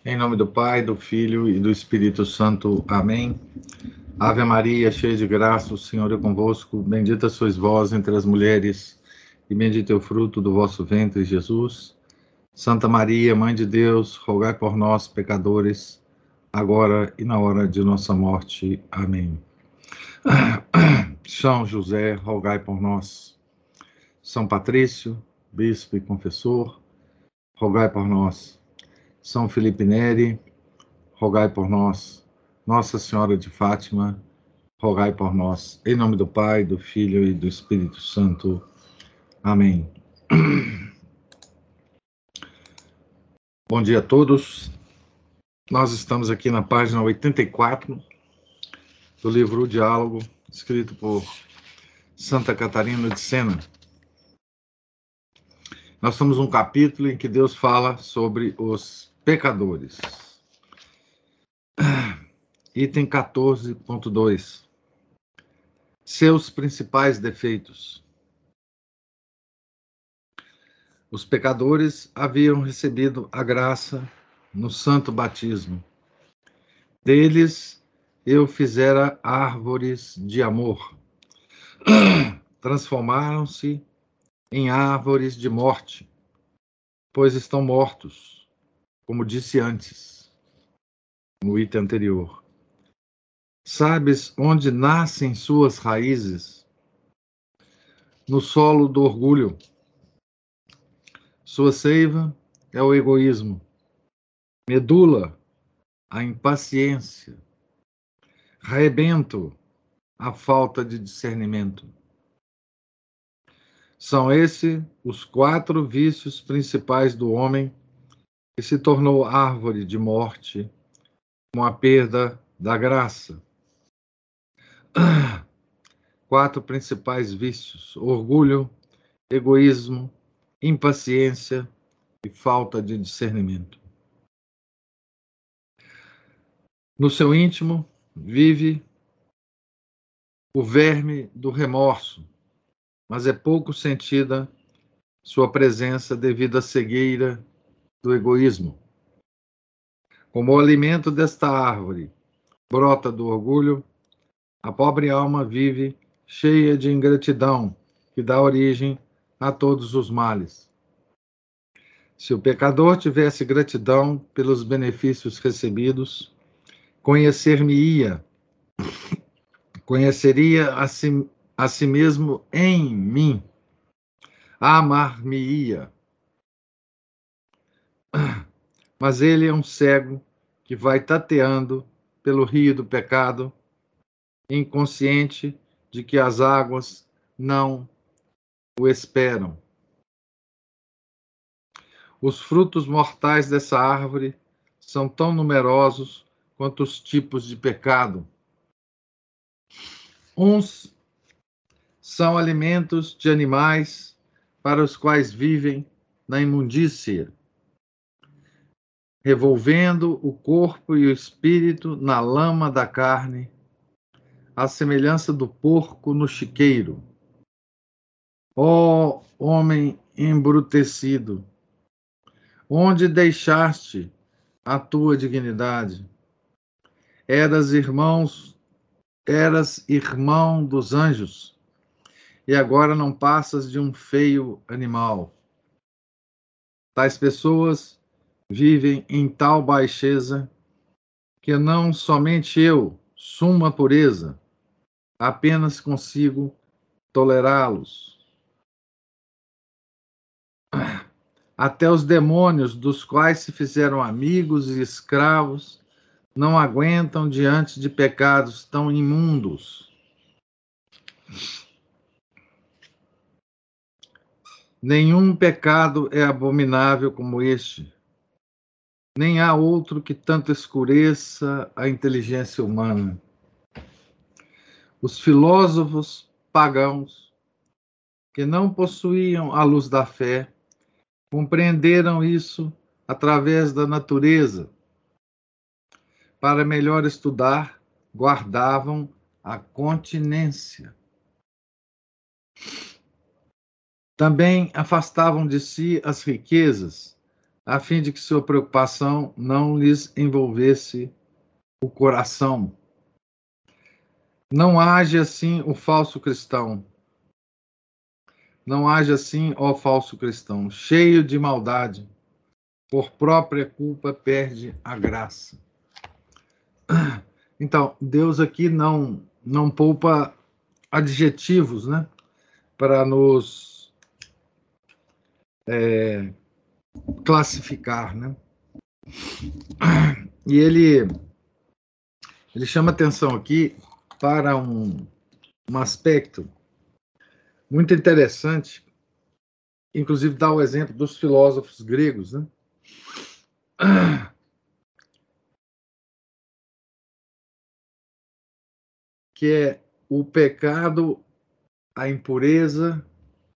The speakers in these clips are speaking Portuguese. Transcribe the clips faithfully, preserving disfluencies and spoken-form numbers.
Em nome do Pai, do Filho e do Espírito Santo. Amém. Ave Maria, cheia de graça, o Senhor é convosco. Bendita sois vós entre as mulheres, e bendito é o fruto do vosso ventre, Jesus. Santa Maria, Mãe de Deus, rogai por nós, pecadores, agora e na hora de nossa morte. Amém. São José, rogai por nós. São Patrício, bispo e confessor, rogai por nós. São Felipe Neri, rogai por nós. Nossa Senhora de Fátima, rogai por nós. Em nome do Pai, do Filho e do Espírito Santo. Amém. Bom dia a todos. Nós estamos aqui na página oitenta e quatro do livro O Diálogo, escrito por Santa Catarina de Sena. Nós temos um capítulo em que Deus fala sobre os pecadores. Item quatorze ponto dois. Seus principais defeitos. Os pecadores haviam recebido a graça no santo batismo. Deles eu fizera árvores de amor. Transformaram-se em árvores de morte, pois estão mortos, como disse antes, no item anterior. Sabes onde nascem suas raízes? No solo do orgulho. Sua seiva é o egoísmo. Medula, a impaciência. Rebento, a falta de discernimento. São esses os quatro vícios principais do homem que se tornou árvore de morte com a perda da graça. Quatro principais vícios: orgulho, egoísmo, impaciência e falta de discernimento. No seu íntimo vive o verme do remorso, mas é pouco sentida sua presença devido à cegueira do egoísmo. Como o alimento desta árvore brota do orgulho, a pobre alma vive cheia de ingratidão, que dá origem a todos os males. Se o pecador tivesse gratidão pelos benefícios recebidos, conhecer-me-ia, conheceria a si, a si mesmo em mim, amar-me-ia. Mas ele é um cego que vai tateando pelo rio do pecado, inconsciente de que as águas não o esperam. Os frutos mortais dessa árvore são tão numerosos quanto os tipos de pecado. Uns são alimentos de animais para os quais vivem na imundícia, revolvendo o corpo e o espírito na lama da carne, à semelhança do porco no chiqueiro. Ó homem embrutecido, onde deixaste a tua dignidade? Eras irmãos, eras irmão dos anjos, e agora não passas de um feio animal. Tais pessoas vivem em tal baixeza que não somente eu, suma pureza, apenas consigo tolerá-los. Até os demônios, dos quais se fizeram amigos e escravos, não aguentam diante de pecados tão imundos. Nenhum pecado é abominável como este. Nem há outro que tanto escureça a inteligência humana. Os filósofos pagãos, que não possuíam a luz da fé, compreenderam isso através da natureza. Para melhor estudar, guardavam a continência. Também afastavam de si as riquezas, a fim de que sua preocupação não lhes envolvesse o coração. Não age assim o falso cristão. Não age assim, ó falso cristão, cheio de maldade, por própria culpa perde a graça. Então, Deus aqui não não poupa adjetivos, né, para nos é, classificar, né? E ele ele chama atenção aqui para um, um aspecto muito interessante, inclusive dá o exemplo dos filósofos gregos, né? Que é o pecado, a impureza,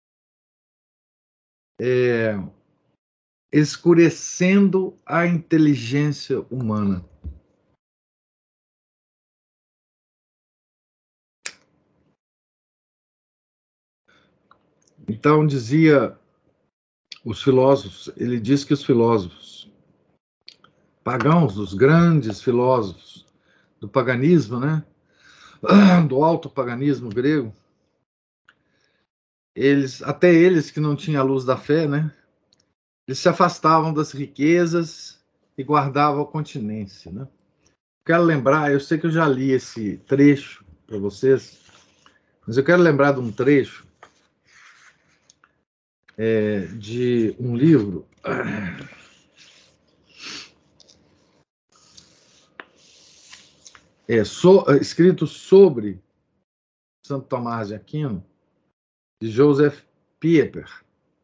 é, escurecendo a inteligência humana. Então, dizia os filósofos, ele diz que os filósofos pagãos, os grandes filósofos do paganismo, né, do alto paganismo grego, eles, até eles que não tinham a luz da fé, né, eles se afastavam das riquezas e guardavam a continência, né? Quero lembrar, eu sei que eu já li esse trecho para vocês, mas eu quero lembrar de um trecho é, de um livro é, so, escrito sobre Santo Tomás de Aquino, de Joseph Pieper,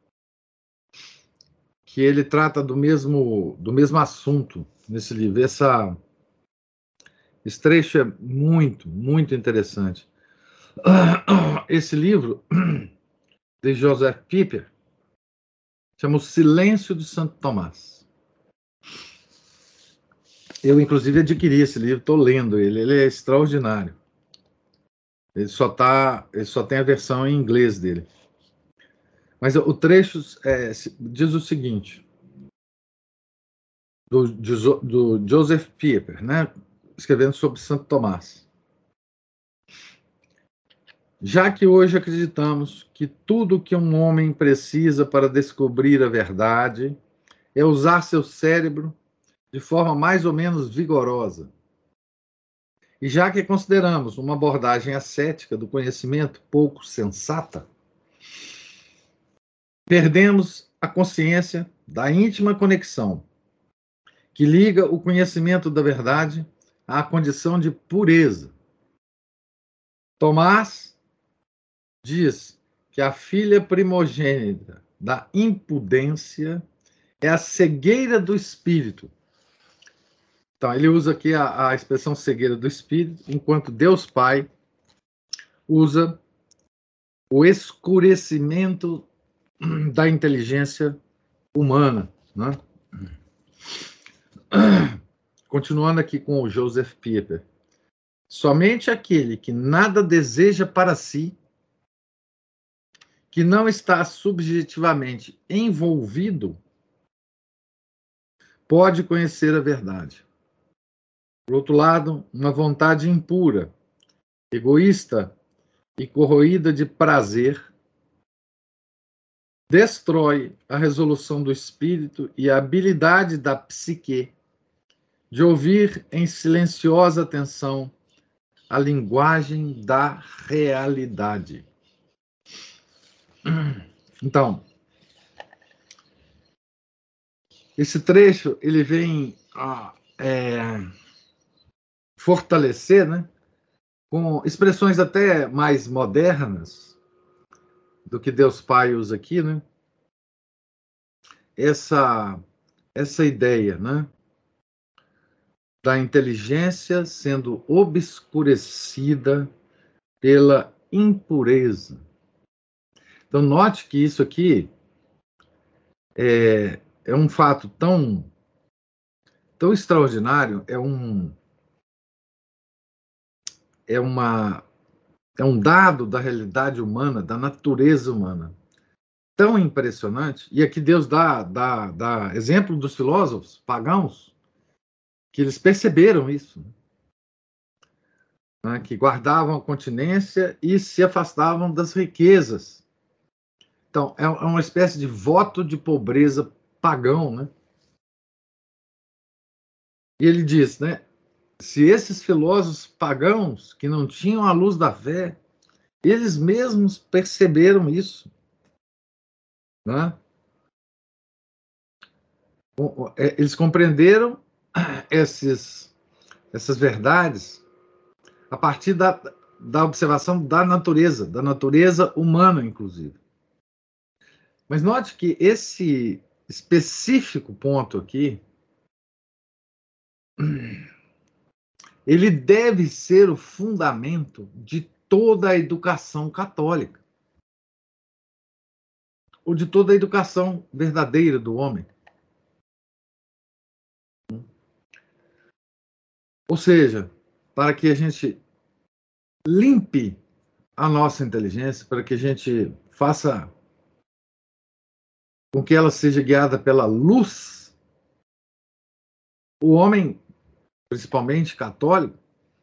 que ele trata do mesmo, do mesmo assunto nesse livro. Essa, esse trecho é muito, muito interessante. Esse livro de Joseph Pieper chama O Silêncio de Santo Tomás. Eu, inclusive, adquiri esse livro, estou lendo ele, ele é extraordinário. Ele só, tá, ele só tem a versão em inglês dele. Mas o trecho é, diz o seguinte, do, do Joseph Pieper, né, escrevendo sobre Santo Tomás. Já que hoje acreditamos que tudo que um homem precisa para descobrir a verdade é usar seu cérebro de forma mais ou menos vigorosa, e já que consideramos uma abordagem ascética do conhecimento pouco sensata, perdemos a consciência da íntima conexão que liga o conhecimento da verdade à condição de pureza. Tomás diz que a filha primogênita da impudência é a cegueira do espírito. Então, ele usa aqui a, a expressão cegueira do espírito, enquanto Deus Pai usa o escurecimento da inteligência humana, né? Continuando aqui com o Joseph Pieper. Somente aquele que nada deseja para si, que não está subjetivamente envolvido, pode conhecer a verdade. Por outro lado, uma vontade impura, egoísta e corroída de prazer destrói a resolução do espírito e a habilidade da psique de ouvir em silenciosa atenção a linguagem da realidade. Então, esse trecho ele vem ah, é, fortalecer, né, com expressões até mais modernas do que Deus Pai usa aqui, né, essa, essa ideia, né, da inteligência sendo obscurecida pela impureza. Então, note que isso aqui é, é um fato tão, tão extraordinário, é um, é, uma, é um dado da realidade humana, da natureza humana. tão impressionante, e aqui Deus dá, dá, dá exemplo dos filósofos pagãos, que eles perceberam isso, né, que guardavam a continência e se afastavam das riquezas. Então, é uma espécie de voto de pobreza pagão, né? E ele diz, né, se esses filósofos pagãos que não tinham a luz da fé, eles mesmos perceberam isso, né? Eles compreenderam esses, essas verdades a partir da, da observação da natureza, da natureza humana, inclusive. Mas note que esse específico ponto aqui, ele deve ser o fundamento de toda a educação católica, ou de toda a educação verdadeira do homem. Ou seja, para que a gente limpe a nossa inteligência, para que a gente faça com que ela seja guiada pela luz, o homem, principalmente católico,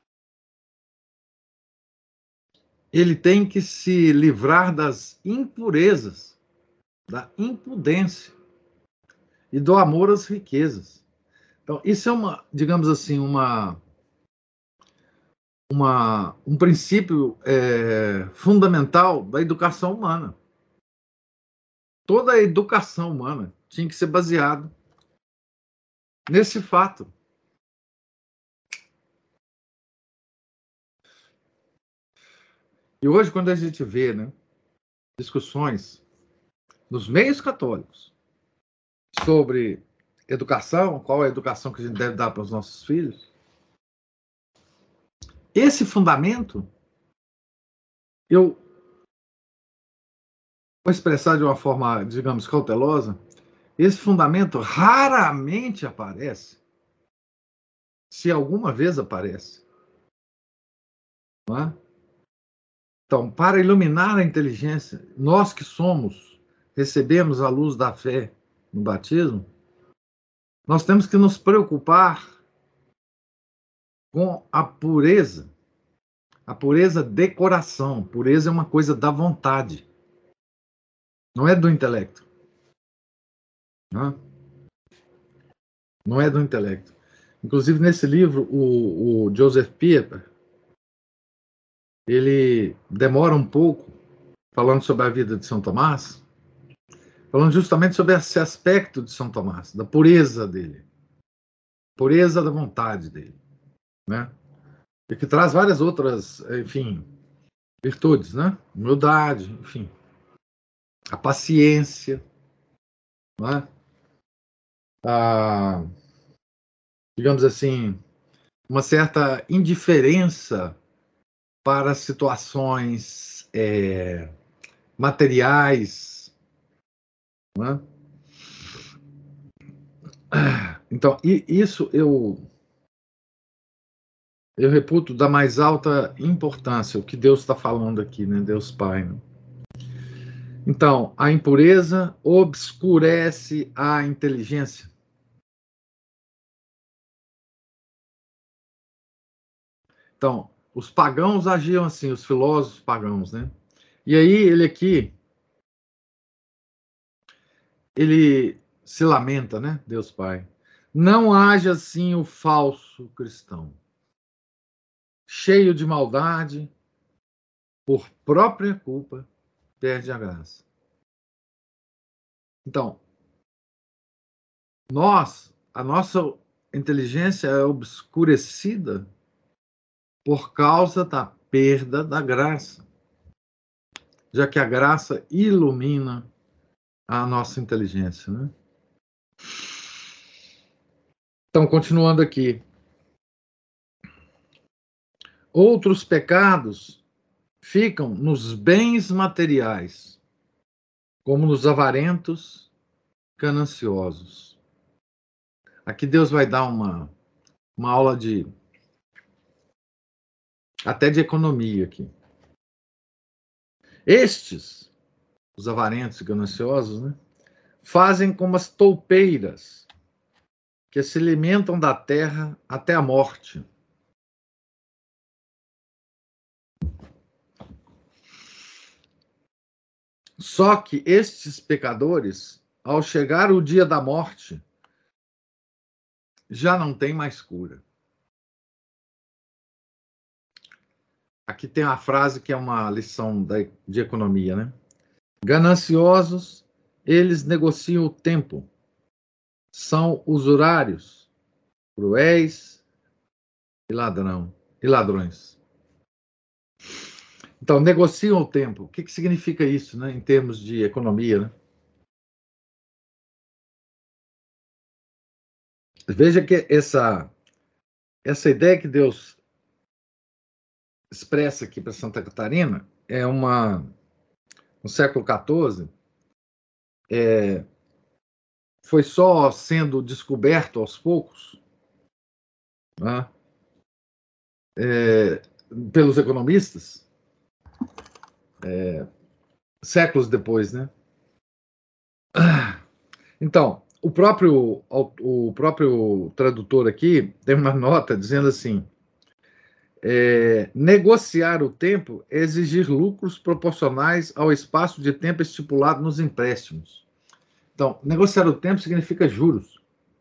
ele tem que se livrar das impurezas, da impudência e do amor às riquezas. Então, isso é uma, digamos assim, uma, uma um princípio é, fundamental da educação humana. Toda a educação humana tinha que ser baseada nesse fato. E hoje, quando a gente vê, né, discussões nos meios católicos sobre educação, qual é a educação que a gente deve dar para os nossos filhos, esse fundamento, eu vou expressar de uma forma, digamos, cautelosa, esse fundamento raramente aparece, se alguma vez aparece. Não é? Então, para iluminar a inteligência, nós que somos, recebemos a luz da fé no batismo, nós temos que nos preocupar com a pureza, a pureza de coração. Pureza é uma coisa da vontade, não é do intelecto. Não é, não é do intelecto. Inclusive, nesse livro, o, o Joseph Pieper, ele demora um pouco falando sobre a vida de São Tomás, falando justamente sobre esse aspecto de São Tomás, da pureza dele, pureza da vontade dele, né? E que traz várias outras, enfim, virtudes, né? Humildade, enfim, a paciência, né? A, digamos assim, uma certa indiferença para situações é, materiais, né? Então, isso eu eu reputo da mais alta importância, o que Deus está falando aqui, né? Deus Pai. Né? Então, a impureza obscurece a inteligência. Então, os pagãos agiam assim, os filósofos pagãos, né? E aí ele aqui, ele se lamenta, né? Deus Pai. Não haja assim o falso cristão, cheio de maldade, por própria culpa, perde a graça. Então, nós, a nossa inteligência é obscurecida por causa da perda da graça, já que a graça ilumina a nossa inteligência, né? Então, continuando aqui. Outros pecados ficam nos bens materiais, como nos avarentos, gananciosos. Aqui Deus vai dar uma, uma aula de até de economia aqui. Estes os avarentos e gananciosos, né? Fazem como as toupeiras, que se alimentam da terra até a morte. Só que estes pecadores, ao chegar o dia da morte, já não tem mais cura. Aqui tem uma frase que é uma lição de economia, né? Gananciosos, eles negociam o tempo. São usurários, cruéis e ladrão, e ladrões. Então, negociam o tempo. O que, que significa isso, né, em termos de economia, né? Veja que essa, essa ideia que Deus expressa aqui para Santa Catarina é uma, no século quatorze, é, foi só sendo descoberto aos poucos, né, é, pelos economistas, é, séculos depois, né? Então, o próprio, o próprio tradutor aqui tem uma nota dizendo assim: é, negociar o tempo é exigir lucros proporcionais ao espaço de tempo estipulado nos empréstimos. Então, negociar o tempo significa juros.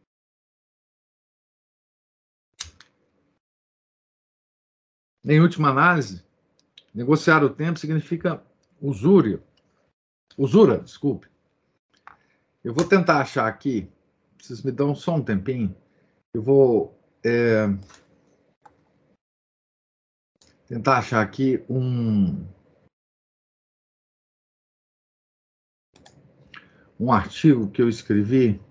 Em última análise, negociar o tempo significa usúria. Usura, desculpe. Eu vou tentar achar aqui, vocês me dão só um tempinho, eu vou é, tentar achar aqui um, um artigo que eu escrevi.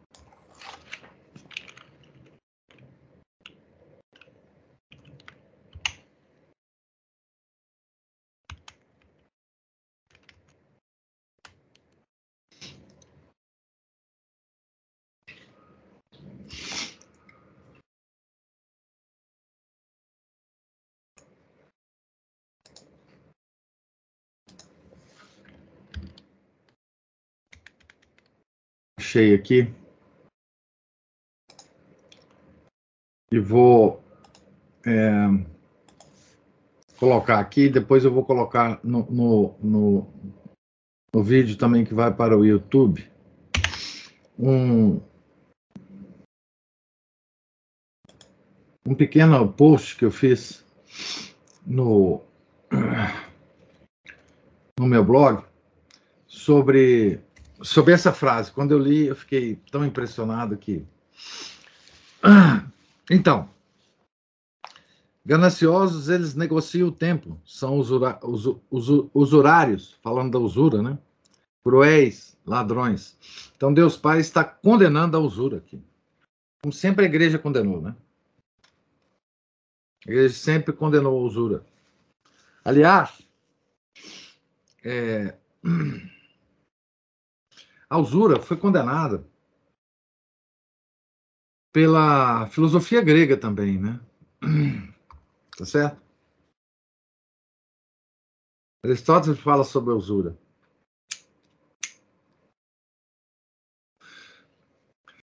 Achei aqui. E vou é, colocar aqui, depois eu vou colocar no, no, no, no vídeo também que vai para o YouTube um, um pequeno post que eu fiz no, no meu blog sobre, sobre essa frase. Quando eu li, eu fiquei tão impressionado que... Então, gananciosos, eles negociam o tempo, são usura, usu, usu, usurários, falando da usura, né? Cruéis, ladrões. Então, Deus Pai está condenando a usura aqui. Como sempre a igreja condenou, né? A igreja sempre condenou a usura. Aliás, é, a usura foi condenada pela filosofia grega também, né? Tá certo? Aristóteles fala sobre a usura.